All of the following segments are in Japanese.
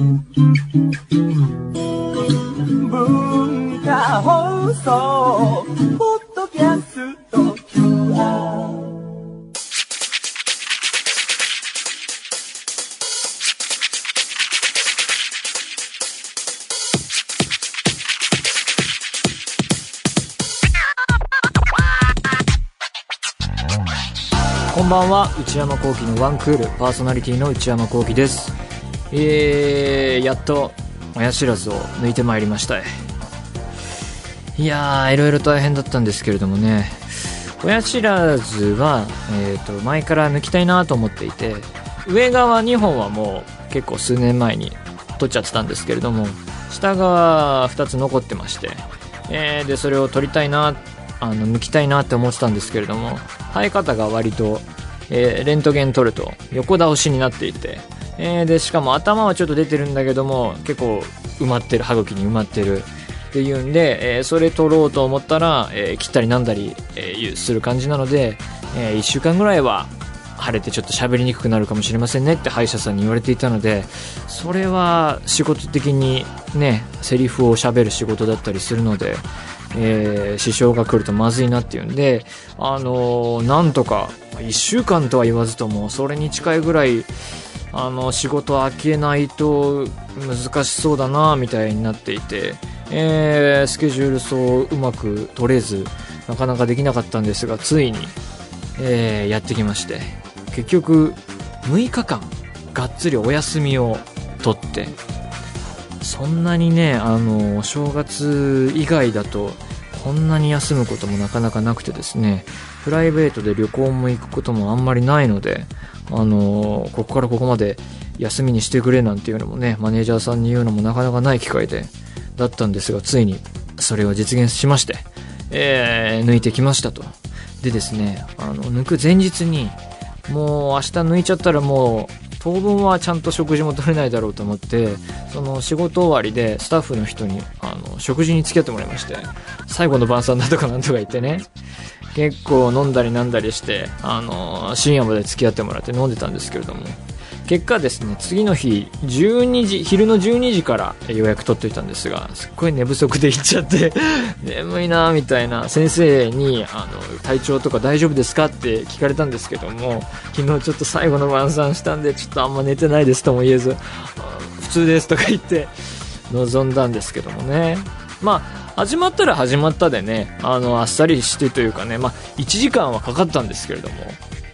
文化放送ポッドキャスト QR。 こんばんは、内山聖輝のワンクールパーソナリティの内山聖輝です。やっと親知らずを抜いてまいりました。いやー、いろいろ大変だったんですけれどもね、親知らずは、前から抜きたいなと思っていて、上側2本はもう結構数年前に取っちゃってたんですけれども、下側2つ残ってまして、でそれを取りたいな、抜きたいなって思ってたんですけれども、生え方が割と、レントゲン取ると横倒しになっていて、でしかも頭はちょっと出てるんだけども結構埋まってる、歯茎に埋まってるっていうんで、それ取ろうと思ったら、切ったりなんだり、する感じなので、1週間ぐらいは腫れてちょっと喋りにくくなるかもしれませんねって歯医者さんに言われていたので、それは仕事的にね、セリフを喋る仕事だったりするので、支障が来るとまずいなっていうんで、なんとか1週間とは言わずともそれに近いぐらい仕事開けないと難しそうだなみたいになっていて、スケジュールそううまく取れずなかなかできなかったんですが、ついに、やってきまして、結局6日間がっつりお休みを取って、そんなにね、正月以外だとこんなに休むこともなかなかなくてですね、プライベートで旅行も行くこともあんまりないので、ここからここまで休みにしてくれなんていうのもね、マネージャーさんに言うのもなかなかない機会だったんですが、ついにそれを実現しまして、抜いてきましたと。でですね、抜く前日にもう明日抜いちゃったらもう当分はちゃんと食事も取れないだろうと思って、その仕事終わりでスタッフの人に食事に付き合ってもらいまして、最後の晩餐だとかなんとか言ってね、結構飲んだりなんだりして深夜まで付き合ってもらって飲んでたんですけれども、結果ですね、次の日昼の12時から予約取っていたんですが、すっごい寝不足で行っちゃって眠いなみたいな、先生に体調とか大丈夫ですかって聞かれたんですけども、昨日ちょっと最後の晩餐したんでちょっとあんま寝てないですとも言えず、普通ですとか言って臨んだんですけどもね、まあ始まったら始まったでね、あっさりしてというかね、1時間はかかったんですけれども、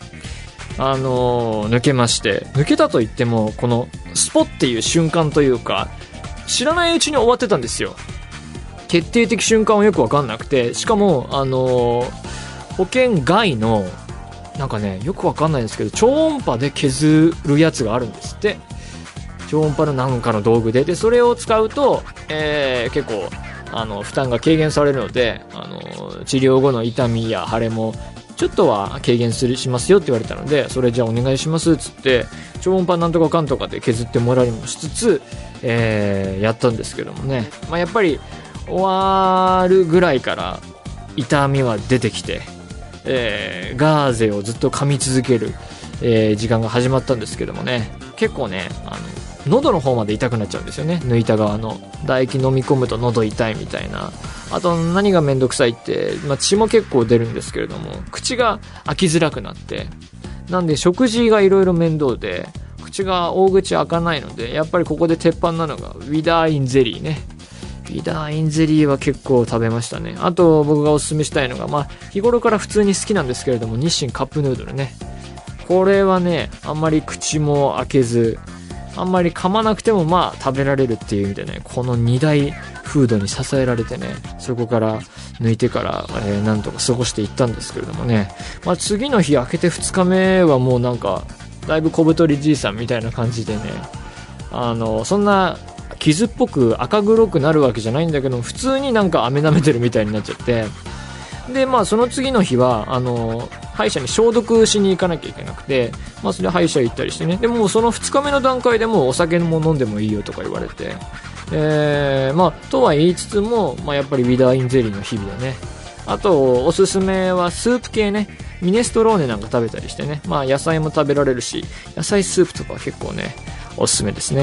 抜けまして、抜けたといってもこのスポっていう瞬間というか、知らないうちに終わってたんですよ。決定的瞬間はよく分かんなくて、しかも保険外のなんかね、よく分かんないんですけど、超音波で削るやつがあるんですって。超音波のなんかの道具で、それを使うと、結構負担が軽減されるので、治療後の痛みや腫れもちょっとは軽減しますよって言われたので、それじゃあお願いしますっつって超音波なんとかかんとかで削ってもらいもしつつ、やったんですけどもね、やっぱり終わるぐらいから痛みは出てきて、ガーゼをずっと噛み続ける、時間が始まったんですけどもね、結構ね、喉の方まで痛くなっちゃうんですよね。抜いた側の唾液飲み込むと喉痛いみたいな。あと何がめんどくさいって、血も結構出るんですけれども、口が開きづらくなって、なんで食事がいろいろ面倒で口が大口開かないので、やっぱりここで鉄板なのがウィダーインゼリーね。ウィダーインゼリーは結構食べましたね。あと僕がおすすめしたいのが、日頃から普通に好きなんですけれども、日清カップヌードルね。これはね、あんまり口も開けず、あんまり噛まなくても食べられるっていう意味でね、この2大フードに支えられてね、そこから抜いてから、なんとか過ごしていったんですけれどもね、次の日開けて2日目はもうなんかだいぶ小太りじいさんみたいな感じでね、そんな傷っぽく赤黒くなるわけじゃないんだけど、普通になんか飴舐めてるみたいになっちゃって、でその次の日は歯医者に消毒しに行かなきゃいけなくて、それで歯医者行ったりしてね、でもその2日目の段階でもうお酒も飲んでもいいよとか言われて、とは言いつつも、やっぱりウィダーインゼリーの日々でね、あとおすすめはスープ系ね、ミネストローネなんか食べたりしてね、野菜も食べられるし、野菜スープとかは結構ねおすすめですね。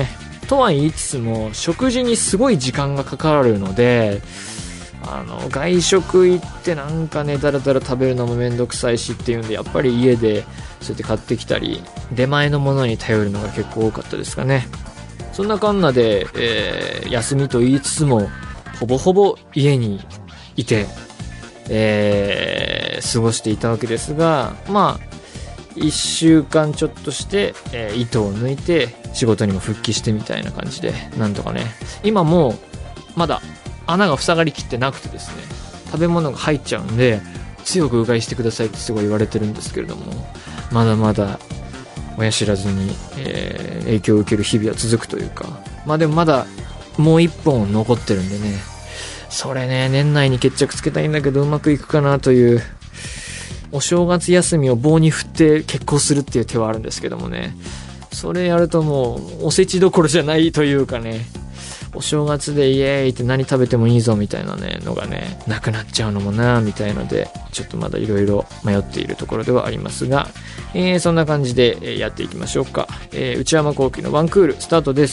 とは言いつつも食事にすごい時間がかかるので、外食行ってなんかねだらだら食べるのもめんどくさいしっていうんで、やっぱり家でそうやって買ってきたり出前のものに頼るのが結構多かったですかね。そんなかんなで、休みと言いつつもほぼほぼ家にいて、過ごしていたわけですが、まあ1週間ちょっとして、糸を抜いて仕事にも復帰してみたいな感じで、なんとかね、今もまだ穴が塞がりきってなくてですね、食べ物が入っちゃうんで強くうがいしてくださいってすごい言われてるんですけれども、まだまだ親知らずに、影響を受ける日々は続くというか、まあでもまだもう1本残ってるんでね、それね年内に決着つけたいんだけどうまくいくかなという。お正月休みを棒に振って決行するっていう手はあるんですけどもね、それやるともうおせちどころじゃないというかね、お正月でイエーイって何食べてもいいぞみたいなねのがねなくなっちゃうのもなみたいので、ちょっとまだいろいろ迷っているところではありますが、そんな感じでやっていきましょうか。内山聖輝のワンクールスタートです。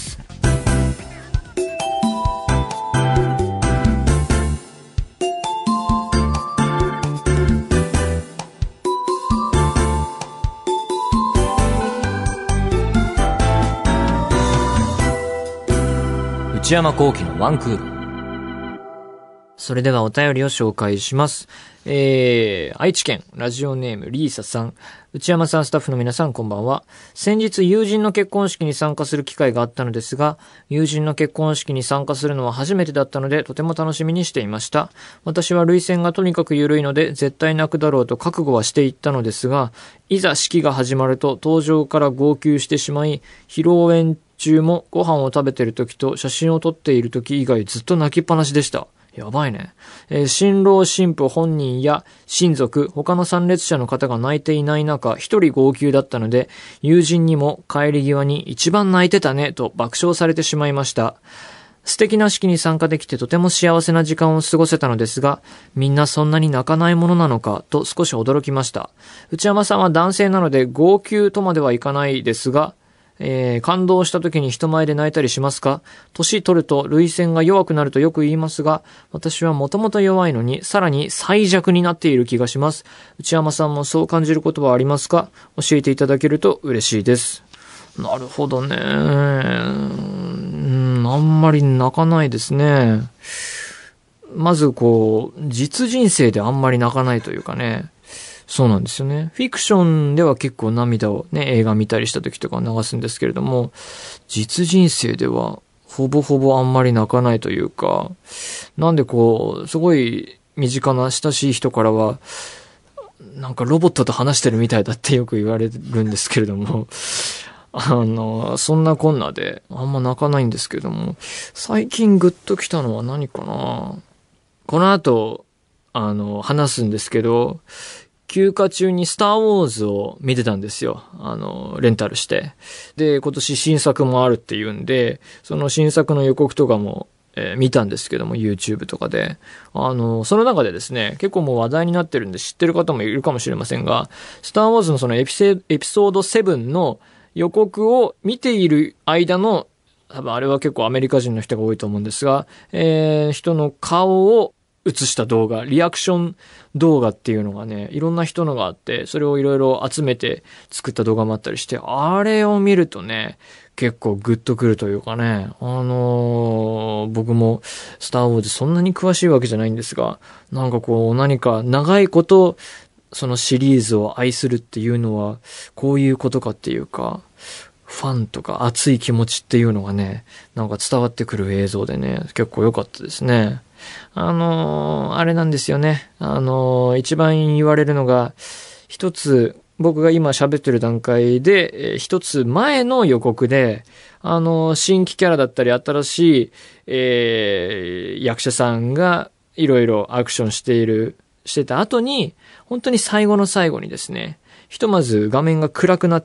内山聖輝のワンクール。それではお便りを紹介します。愛知県ラジオネームリーサさん。内山さん、スタッフの皆さん、こんばんは。先日友人の結婚式に参加する機会があったのですが、友人の結婚式に参加するのは初めてだったのでとても楽しみにしていました。私は涙腺がとにかく緩いので絶対泣くだろうと覚悟はしていったのですが、いざ式が始まると登場から号泣してしまい、披露宴中もご飯を食べている時と写真を撮っている時以外ずっと泣きっぱなしでした。やばいね。新郎新婦本人や親族、他の参列者の方が泣いていない中、一人号泣だったので、友人にも帰り際に一番泣いてたねと爆笑されてしまいました。素敵な式に参加できてとても幸せな時間を過ごせたのですが、みんなそんなに泣かないものなのかと少し驚きました。内山さんは男性なので号泣とまではいかないですが、感動した時に人前で泣いたりしますか？年取ると涙腺が弱くなるとよく言いますが、私はもともと弱いのにさらに最弱になっている気がします。内山さんもそう感じることはありますか？教えていただけると嬉しいです。なるほどね。あんまり泣かないですね。まず実人生であんまり泣かないというかね。そうなんですよね。フィクションでは結構涙をね、映画見たりした時とか流すんですけれども、実人生ではほぼほぼあんまり泣かないというか、なんですごい身近な親しい人からは、なんかロボットと話してるみたいだってよく言われるんですけれども、そんなこんなであんま泣かないんですけれども、最近グッときたのは何かな。この後、話すんですけど、休暇中にスターウォーズを見てたんですよ。レンタルして。で、今年新作もあるっていうんで、その新作の予告とかも、見たんですけども、YouTube とかで。その中でですね、結構もう話題になってるんで知ってる方もいるかもしれませんが、スターウォーズのそのエピソード7の予告を見ている間の、多分あれは結構アメリカ人の人が多いと思うんですが、人の顔を映した動画、リアクション動画っていうのがね、いろんな人のがあって、それをいろいろ集めて作った動画もあったりして、あれを見るとね、結構グッとくるというかね、僕もスターウォーズそんなに詳しいわけじゃないんですが、なんか何か長いことそのシリーズを愛するっていうのはこういうことかっていうか、ファンとか熱い気持ちっていうのがね、なんか伝わってくる映像でね、結構良かったですね。あれなんですよね。一番言われるのが、一つ、僕が今喋ってる段階で、一つ前の予告で、新規キャラだったり、新しい、役者さんがいろいろアクションしてた後に、本当に最後の最後にですね、ひとまず画面が暗くなって、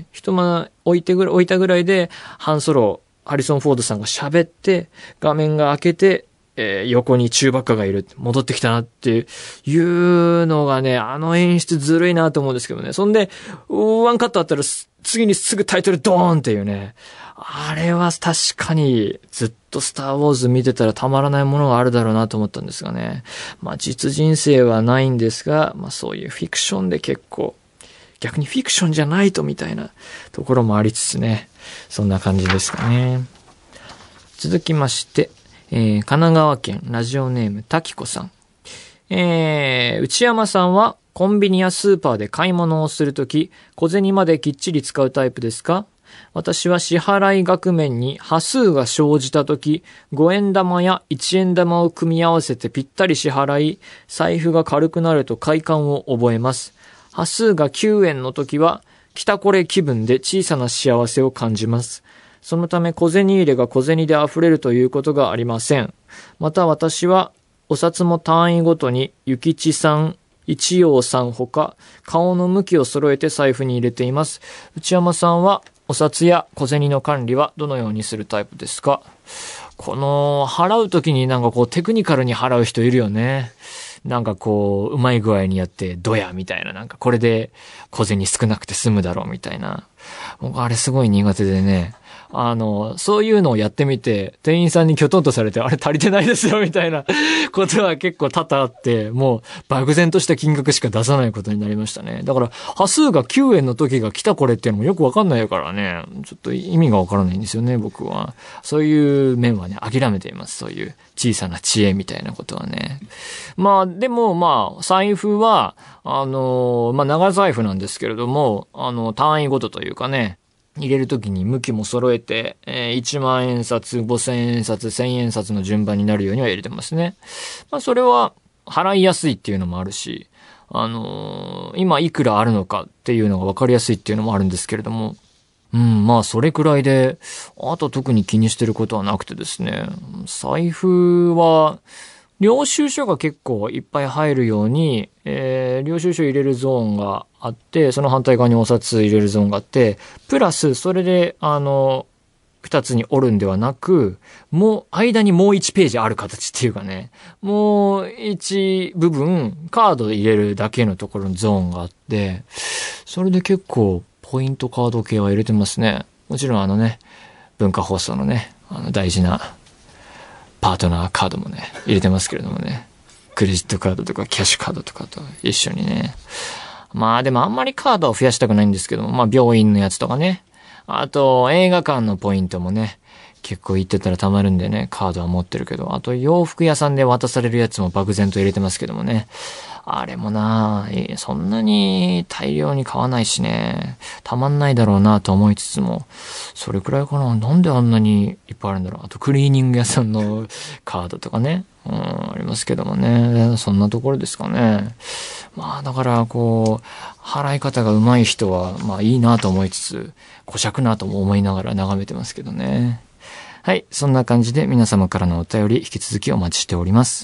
置いたぐらいで、ハリソン・フォードさんが喋って、画面が開けて、 横にチューバッカがいる。戻ってきたなっていうのがね、あの演出ずるいなと思うんですけどね。そんで、ワンカットあったら次にすぐタイトルドーンっていうね。あれは確かにずっとスターウォーズ見てたらたまらないものがあるだろうなと思ったんですがね。まあ実人生はないんですが、まあそういうフィクションで結構、逆にフィクションじゃないとみたいなところもありつつね。そんな感じですかね。続きまして、神奈川県ラジオネームたきこさん。内山さんはコンビニやスーパーで買い物をするとき、小銭まできっちり使うタイプですか？私は支払い額面に端数が生じたとき、5円玉や1円玉を組み合わせてぴったり支払い、財布が軽くなると快感を覚えます。端数が9円のときは、来たこれ気分で小さな幸せを感じます。そのため小銭入れが小銭で溢れるということがありません。また私はお札も単位ごとに諭吉さん、一葉さんほか顔の向きを揃えて財布に入れています。内山さんはお札や小銭の管理はどのようにするタイプですか？この払うときになんかこうテクニカルに払う人いるよね。なんかこううまい具合にやってドヤみたいな、なんかこれで小銭少なくて済むだろうみたいな。僕あれすごい苦手でね。そういうのをやってみて、店員さんにキョトンとされて、あれ足りてないですよ、みたいなことは結構多々あって、もう漠然とした金額しか出さないことになりましたね。だから、端数が9円の時が来たこれっていうのもよくわかんないからね、ちょっと意味がわからないんですよね、僕は。そういう面はね、諦めています。そういう小さな知恵みたいなことはね。まあ、でもまあ、財布は、長財布なんですけれども、単位ごとというかね、入れるときに向きも揃えて、1万円札、5000円札、1000円札の順番になるようには入れてますね。まあそれは払いやすいっていうのもあるし、今いくらあるのかっていうのが分かりやすいっていうのもあるんですけれども、まあそれくらいで、あと特に気にしてることはなくてですね、財布は、領収書が結構いっぱい入るように、領収書入れるゾーンがあって、その反対側にお札入れるゾーンがあって、プラスそれで、二つに折るんではなく、間にもう1ページある形っていうかね、もう1部分カードで入れるだけのところのゾーンがあって、それで結構ポイントカード系は入れてますね。もちろん文化放送のね、大事なパートナーカードもね、入れてますけれどもね。クレジットカードとかキャッシュカードとかと一緒にね。まあでもあんまりカードを増やしたくないんですけども、まあ病院のやつとかね。あと映画館のポイントもね、結構行ってたら貯まるんでね、カードは持ってるけど、あと洋服屋さんで渡されるやつも漠然と入れてますけどもね。あれもなぁ、そんなに大量に買わないしね、たまんないだろうなと思いつつも、それくらいかな。なんであんなにいっぱいあるんだろう。あとクリーニング屋さんのカードとかね、ありますけどもね。そんなところですかね。まあだから払い方が上手い人はまあいいなと思いつつ、小尺なとも思いながら眺めてますけどね。はい、そんな感じで皆様からのお便り引き続きお待ちしております。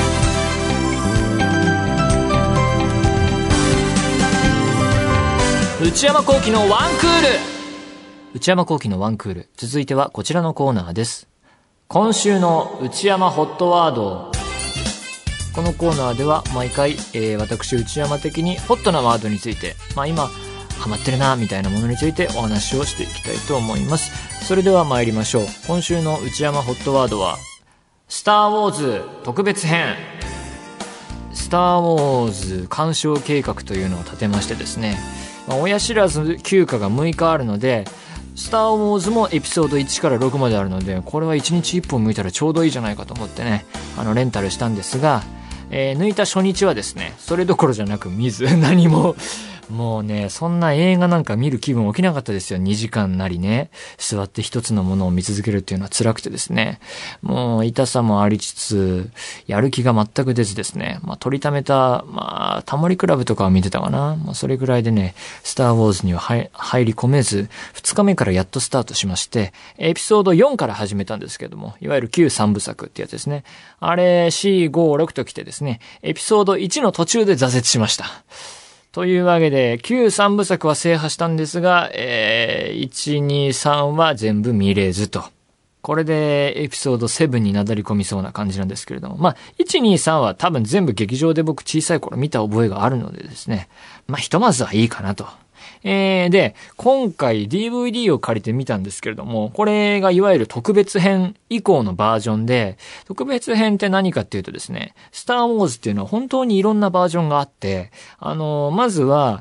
内山聖輝のワンクール。内山聖輝のワンクール。続いてはこちらのコーナーです。今週の内山ホットワード。このコーナーでは毎回、私内山的にホットなワードについて、まあ今ハマってるなみたいなものについてお話をしていきたいと思います。それでは参りましょう。今週の内山ホットワードはスターウォーズ特別編。スターウォーズ鑑賞計画というのを立てましてですね、親知らず休暇が6日あるので、スターウォーズもエピソード1から6まであるので、これは1日1本向いたらちょうどいいじゃないかと思ってね、レンタルしたんですが、抜いた初日はですね、それどころじゃなく見ず、何ももうね、そんな映画なんか見る気分起きなかったですよ。2時間なりね、座って一つのものを見続けるっていうのは辛くてですね、もう痛さもありつつ、やる気が全く出ずですね、取りためた、タモリクラブとかは見てたかな。それぐらいでね、スターウォーズには入り込めず、2日目からやっとスタートしまして、エピソード4から始めたんですけども、いわゆる旧3部作ってやつですね。あれ、4、5、6と来てですね、エピソード1の途中で挫折しました。というわけで、旧3部作は制覇したんですが、1、2、3は全部見れずとこれでエピソード7になだり込みそうな感じなんですけれども。まあ、1、2、3は多分全部劇場で僕小さい頃見た覚えがあるのでですね。まあ、ひとまずはいいかなと。で、今回 DVD を借りてみたんですけれども、これがいわゆる特別編以降のバージョンで、特別編って何かっていうとですね、スターウォーズっていうのは本当にいろんなバージョンがあって、まずは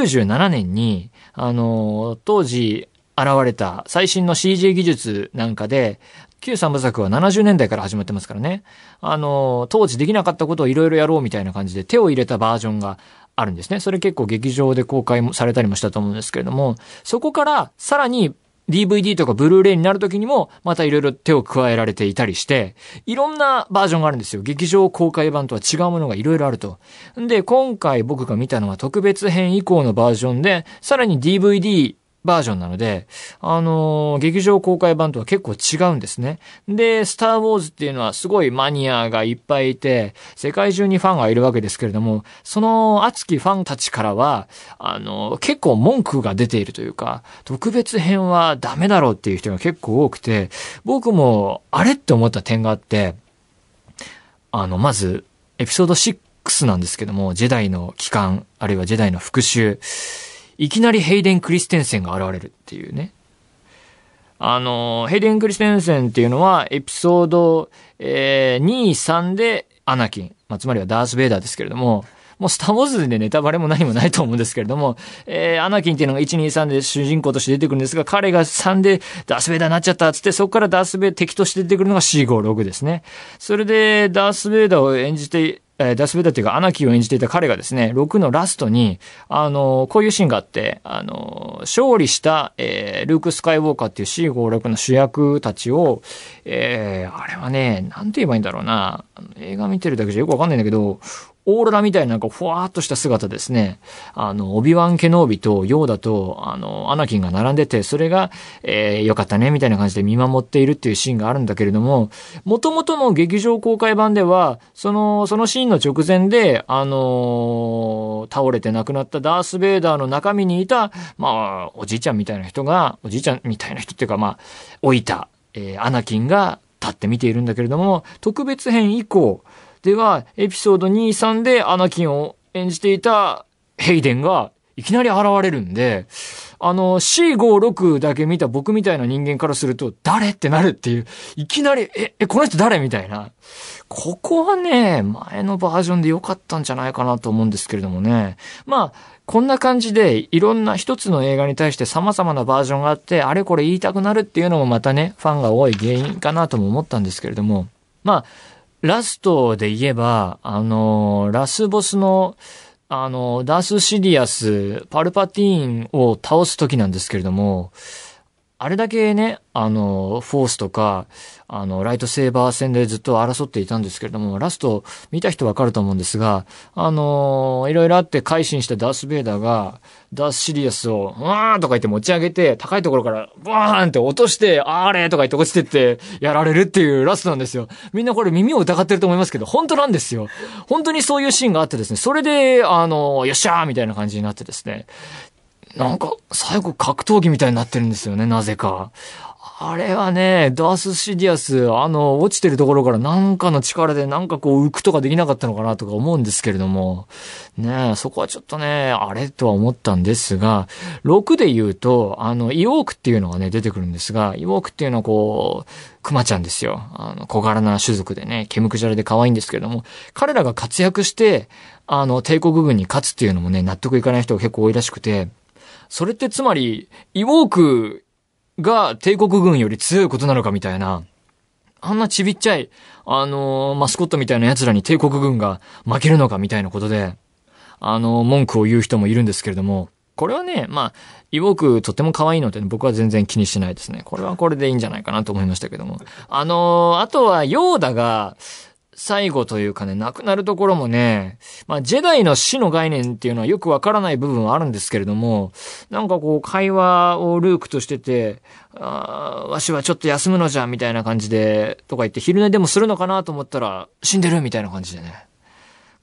97年に、当時現れた最新の CG 技術なんかで、旧三部作は70年代から始まってますからね。当時できなかったことをいろいろやろうみたいな感じで手を入れたバージョンがあるんですね。それ結構劇場で公開もされたりもしたと思うんですけれども、そこからさらに DVD とかブルーレイになる時にもまたいろいろ手を加えられていたりして、いろんなバージョンがあるんですよ。劇場公開版とは違うものがいろいろあると。で、今回僕が見たのは特別編以降のバージョンで、さらに DVDバージョンなので、劇場公開版とは結構違うんですね。で、スターウォーズっていうのはすごいマニアがいっぱいいて、世界中にファンがいるわけですけれども、その熱きファンたちからは、結構文句が出ているというか、特別編はダメだろうっていう人が結構多くて、僕もあれって思った点があって、まず、エピソード6なんですけども、ジェダイの帰還、あるいはジェダイの復讐、いきなりヘイデン・クリステンセンが現れるっていうね。ヘイデン・クリステンセンっていうのは、エピソード、2、3でアナキン。つまりはダース・ベイダーですけれども、もうスター・ウォーズでネタバレも何もないと思うんですけれども、アナキンっていうのが1、2、3で主人公として出てくるんですが、彼が3でダース・ベイダーになっちゃったっつって、そこからダース・ベイダー敵として出てくるのが C56 ですね。それで、ダース・ベイダーを演じて、ダース・ベイダーっていうかアナキーを演じていた彼がですね、6のラストに、こういうシーンがあって、勝利した、ルーク・スカイウォーカーっていう C56 の主役たちを、あれはね、なんて言えばいいんだろうな、映画見てるだけじゃよくわかんないんだけど、オーロラみたいななんかふわーっとした姿ですね。オビワン・ケノービとヨーダと、アナキンが並んでて、それが、よかったね、みたいな感じで見守っているっていうシーンがあるんだけれども、元々の劇場公開版では、そのシーンの直前で、倒れて亡くなったダース・ベイダーの中身にいた、おじいちゃんみたいな人が、おじいちゃんみたいな人っていうか、老いた、アナキンが立って見ているんだけれども、特別編以降、では、エピソード2、3でアナキンを演じていたヘイデンがいきなり現れるんで、C56 だけ見た僕みたいな人間からすると、誰ってなるっていう、いきなり、この人誰みたいな。ここはね、前のバージョンで良かったんじゃないかなと思うんですけれどもね。こんな感じで、いろんな一つの映画に対して様々なバージョンがあって、あれこれ言いたくなるっていうのもまたね、ファンが多い原因かなとも思ったんですけれども。ラストで言えば、ラスボスの、ダース・シディアス、パルパティーンを倒す時なんですけれども、あれだけね、フォースとか、ライトセーバー戦でずっと争っていたんですけれども、ラスト見た人わかると思うんですが、いろいろあって改心したダース・ベイダーが、ダース・シリアスを、うわーとか言って持ち上げて、高いところから、バーンって落として、あれとか言って落ちてって、やられるっていうラストなんですよ。みんなこれ耳を疑ってると思いますけど、本当なんですよ。本当にそういうシーンがあってですね、それで、よっしゃーみたいな感じになってですね、なんか、最後格闘技みたいになってるんですよね、なぜか。あれはね、ダース・シディアス、落ちてるところからなんかの力でなんか浮くとかできなかったのかなとか思うんですけれども、ね、そこはちょっとね、あれとは思ったんですが、6で言うと、イオークっていうのがね、出てくるんですが、イオークっていうのはクマちゃんですよ。小柄な種族でね、毛むくじゃらで可愛いんですけれども、彼らが活躍して、帝国軍に勝つっていうのもね、納得いかない人が結構多いらしくて、それってつまり、イウォークが帝国軍より強いことなのかみたいな、あんなちびっちゃい、マスコットみたいな奴らに帝国軍が負けるのかみたいなことで、文句を言う人もいるんですけれども、これはね、イウォークとっても可愛いので、ね、僕は全然気にしてないですね。これはこれでいいんじゃないかなと思いましたけども。あとはヨーダが、最後というかね、亡くなるところもね、ジェダイの死の概念っていうのはよくわからない部分はあるんですけれども、なんか会話をルークとしてて、わしはちょっと休むのじゃ、みたいな感じで、とか言って昼寝でもするのかなと思ったら、死んでるみたいな感じでね。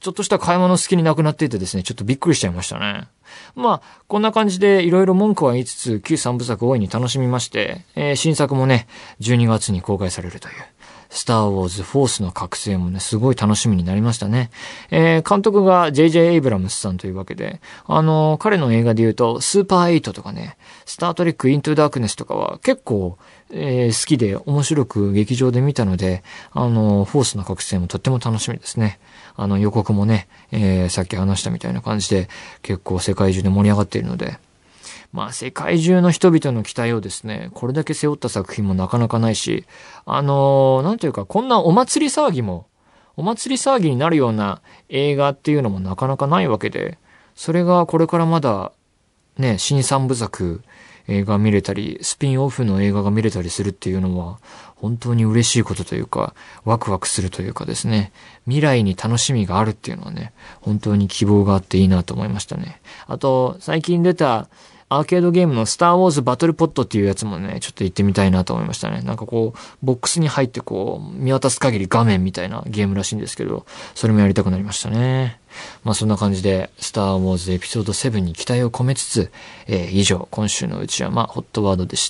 ちょっとした買い物好きになくなっていてですね、ちょっとびっくりしちゃいましたね。まあ、こんな感じでいろいろ文句は言いつつ、旧3部作大いに楽しみまして、新作もね、12月に公開されるという。スターウォーズフォースの覚醒もね、すごい楽しみになりましたね。監督が J.J. エイブラムスさんというわけで、彼の映画で言うと、スーパー8とかね、スタートレックイントゥダークネスとかは結構、好きで面白く劇場で見たので、フォースの覚醒もとっても楽しみですね。予告もね、さっき話したみたいな感じで、結構世界中で盛り上がっているので、まあ世界中の人々の期待をですね、これだけ背負った作品もなかなかないし、なんていうか、こんなお祭り騒ぎになるような映画っていうのもなかなかないわけで、それがこれからまだ、ね、新三部作映画見れたり、スピンオフの映画が見れたりするっていうのは、本当に嬉しいことというか、ワクワクするというかですね、未来に楽しみがあるっていうのはね、本当に希望があっていいなと思いましたね。あと、最近出た、アーケードゲームのスターウォーズバトルポットっていうやつもね、ちょっと行ってみたいなと思いましたね。なんかこう、ボックスに入ってこう、見渡す限り画面みたいなゲームらしいんですけど、それもやりたくなりましたね。まあそんな感じで、スターウォーズエピソード7に期待を込めつつ、以上、今週の内山ホットワードでした。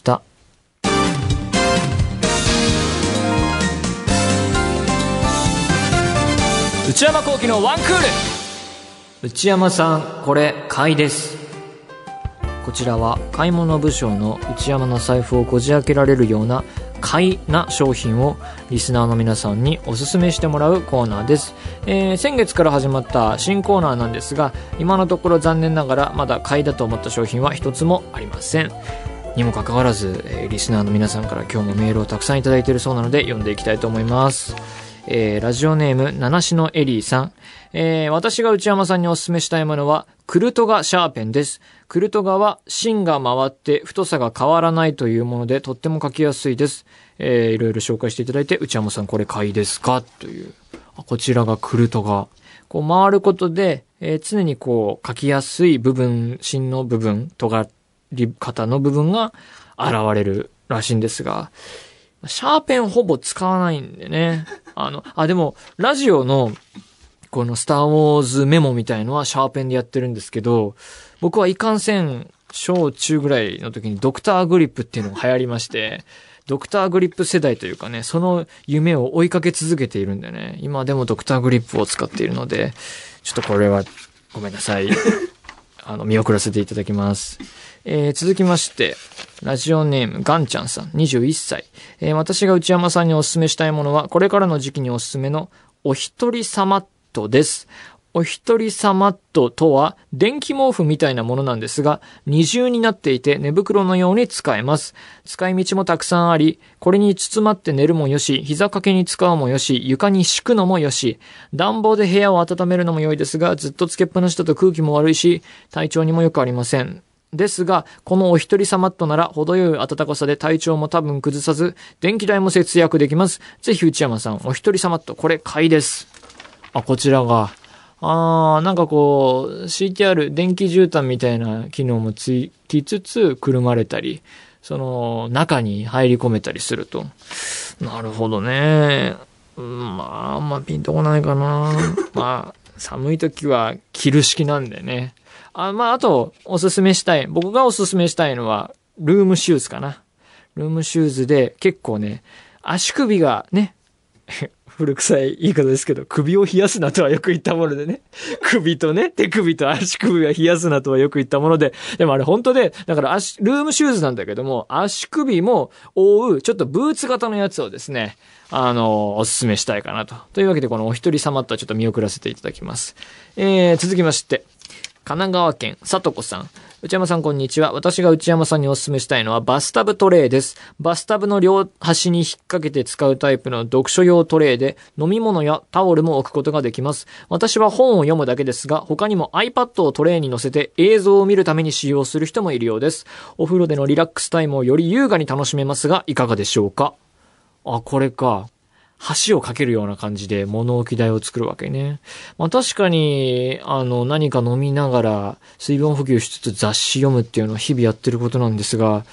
内山聖輝のワンクール。内山さん、これ買いです。こちらは買い物部将の内山の財布をこじ開けられるような買いな商品をリスナーの皆さんにおすすめしてもらうコーナーです。先月から始まった新コーナーなんですが、今のところ残念ながらまだ買いだと思った商品は一つもありません。にもかかわらず、リスナーの皆さんから今日もメールをたくさんいただいているそうなので読んでいきたいと思います。ラジオネーム七種のエリーさん、私が内山さんにお勧めしたいものはクルトガシャーペンです。クルトガは芯が回って太さが変わらないというものでとっても書きやすいです。いろいろ紹介していただいて、内山さんこれ買いですかという。こちらがクルトガ。こう回ることで、常にこう書きやすい部分、芯の部分、尖り方の部分が現れるらしいんですが、シャーペンほぼ使わないんでね。でも、ラジオの、このスターウォーズメモみたいのはシャーペンでやってるんですけど、僕はいかんせん、小中ぐらいの時にドクターグリップっていうのが流行りまして、ドクターグリップ世代というかね、その夢を追いかけ続けているんでね、今でもドクターグリップを使っているので、ちょっとこれはごめんなさい。見送らせていただきます。続きまして、ラジオネームガンちゃんさん、21歳。私が内山さんにお勧めしたいものは、これからの時期におすすめのお一人さマットです。お一人さマットとは、電気毛布みたいなものなんですが、二重になっていて寝袋のように使えます。使い道もたくさんあり、これに包まって寝るもよし、膝掛けに使うもよし、床に敷くのもよし、暖房で部屋を温めるのも良いですが、ずっとつけっぱなしだと空気も悪いし、体調にもよくありません。ですが、このお一人さマットなら程よい暖かさで体調も多分崩さず、電気代も節約できます。ぜひ内山さん、お一人さマット、これ買いです。こちらが、なんかこう、敷いてある電気絨毯みたいな機能もつきつつ、くるまれたり、その中に入り込めたりすると。なるほどね。あんまピンとこないかな。寒い時は着る式なんでね。あと、僕がおすすめしたいのは、ルームシューズかな。ルームシューズで結構ね、足首がね、古臭い言い方ですけど、首を冷やすなとはよく言ったものでね。首とね、手首と足首は冷やすなとはよく言ったもので、でもあれ本当で、だからルームシューズなんだけども、足首も覆う、ちょっとブーツ型のやつをですね、おすすめしたいかなと。というわけで、このお一人様とはちょっと見送らせていただきます。続きまして、神奈川県、さとこさん。内山さんこんにちは。私が内山さんにお勧めしたいのはバスタブトレイです。バスタブの両端に引っ掛けて使うタイプの読書用トレイで飲み物やタオルも置くことができます。私は本を読むだけですが、他にも iPad をトレイに乗せて映像を見るために使用する人もいるようです。お風呂でのリラックスタイムをより優雅に楽しめますが、いかがでしょうか？これか。橋を架けるような感じで物置台を作るわけね。確かに、何か飲みながら水分補給しつつ雑誌読むっていうのを日々やってることなんですが、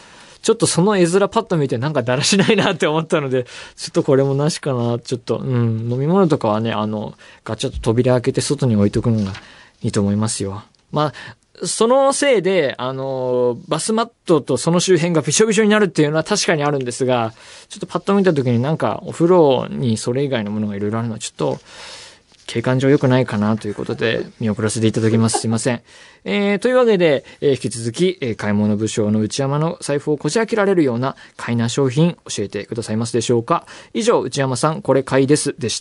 ちょっとその絵面パッと見てなんかだらしないなって思ったので、ちょっとこれもなしかな。ちょっと、飲み物とかはね、ガチャッと扉開けて外に置いとくのがいいと思いますよ。まあ、そのせいで、バスマットとその周辺がびしょびしょになるっていうのは確かにあるんですが、ちょっとパッと見た時になんかお風呂にそれ以外のものがいろいろあるのはちょっと、景観上良くないかなということで見送らせていただきます。すいません。というわけで、引き続き、買い物武将の内山の財布をこじ開けられるような買いな商品教えてくださいますでしょうか。以上、内山さんこれ買いですでした。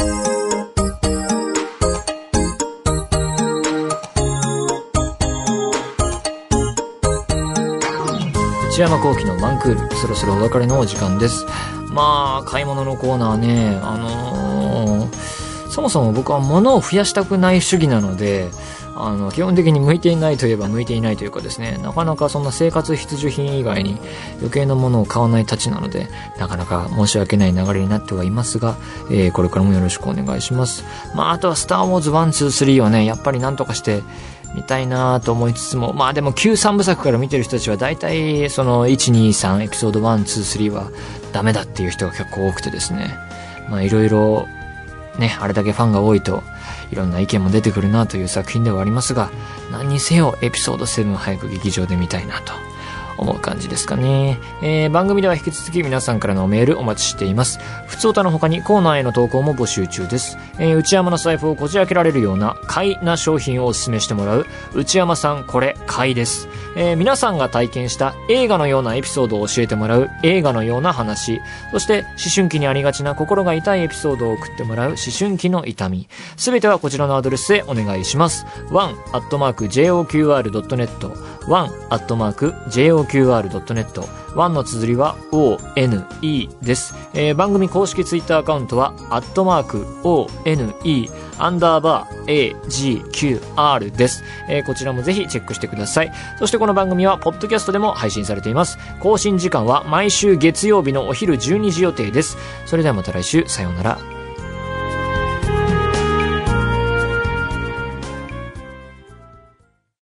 内山幸喜のワンクール、そろそろお別れのお時間です。まあ、買い物のコーナーね、そもそも僕は物を増やしたくない主義なので、基本的に向いていないといえば向いていないというかですね、なかなかそんな生活必需品以外に余計なものを買わないたちなので、なかなか申し訳ない流れになってはいますが、これからもよろしくお願いします。まあ、あとはスターウォーズ1、2、3をね、やっぱりなんとかして見たいなと思いつつも、まあでも旧3部作から見てる人たちは大体その1、2、3エピソード1、2、3はダメだっていう人が結構多くてですね、まあいろいろね、あれだけファンが多いといろんな意見も出てくるなという作品ではありますが、何にせよエピソード7早く劇場で見たいなと思う感じですかね。番組では引き続き皆さんからのメールお待ちしています。ふつおたの他にコーナーへの投稿も募集中です。内山の財布をこじ開けられるような買いな商品をお勧めしてもらう内山さんこれ買いです。皆さんが体験した映画のようなエピソードを教えてもらう映画のような話、そして思春期にありがちな心が痛いエピソードを送ってもらう思春期の痛み、すべてはこちらのアドレスへお願いします。one@joqr.net one@joqr.net 1の綴りは ONE です。番組公式ツイッターアカウントは@ONE_AGQR です。こちらもぜひチェックしてください。そしてこの番組はポッドキャストでも配信されています。更新時間は毎週月曜日のお昼12時予定です。それではまた来週、さようなら。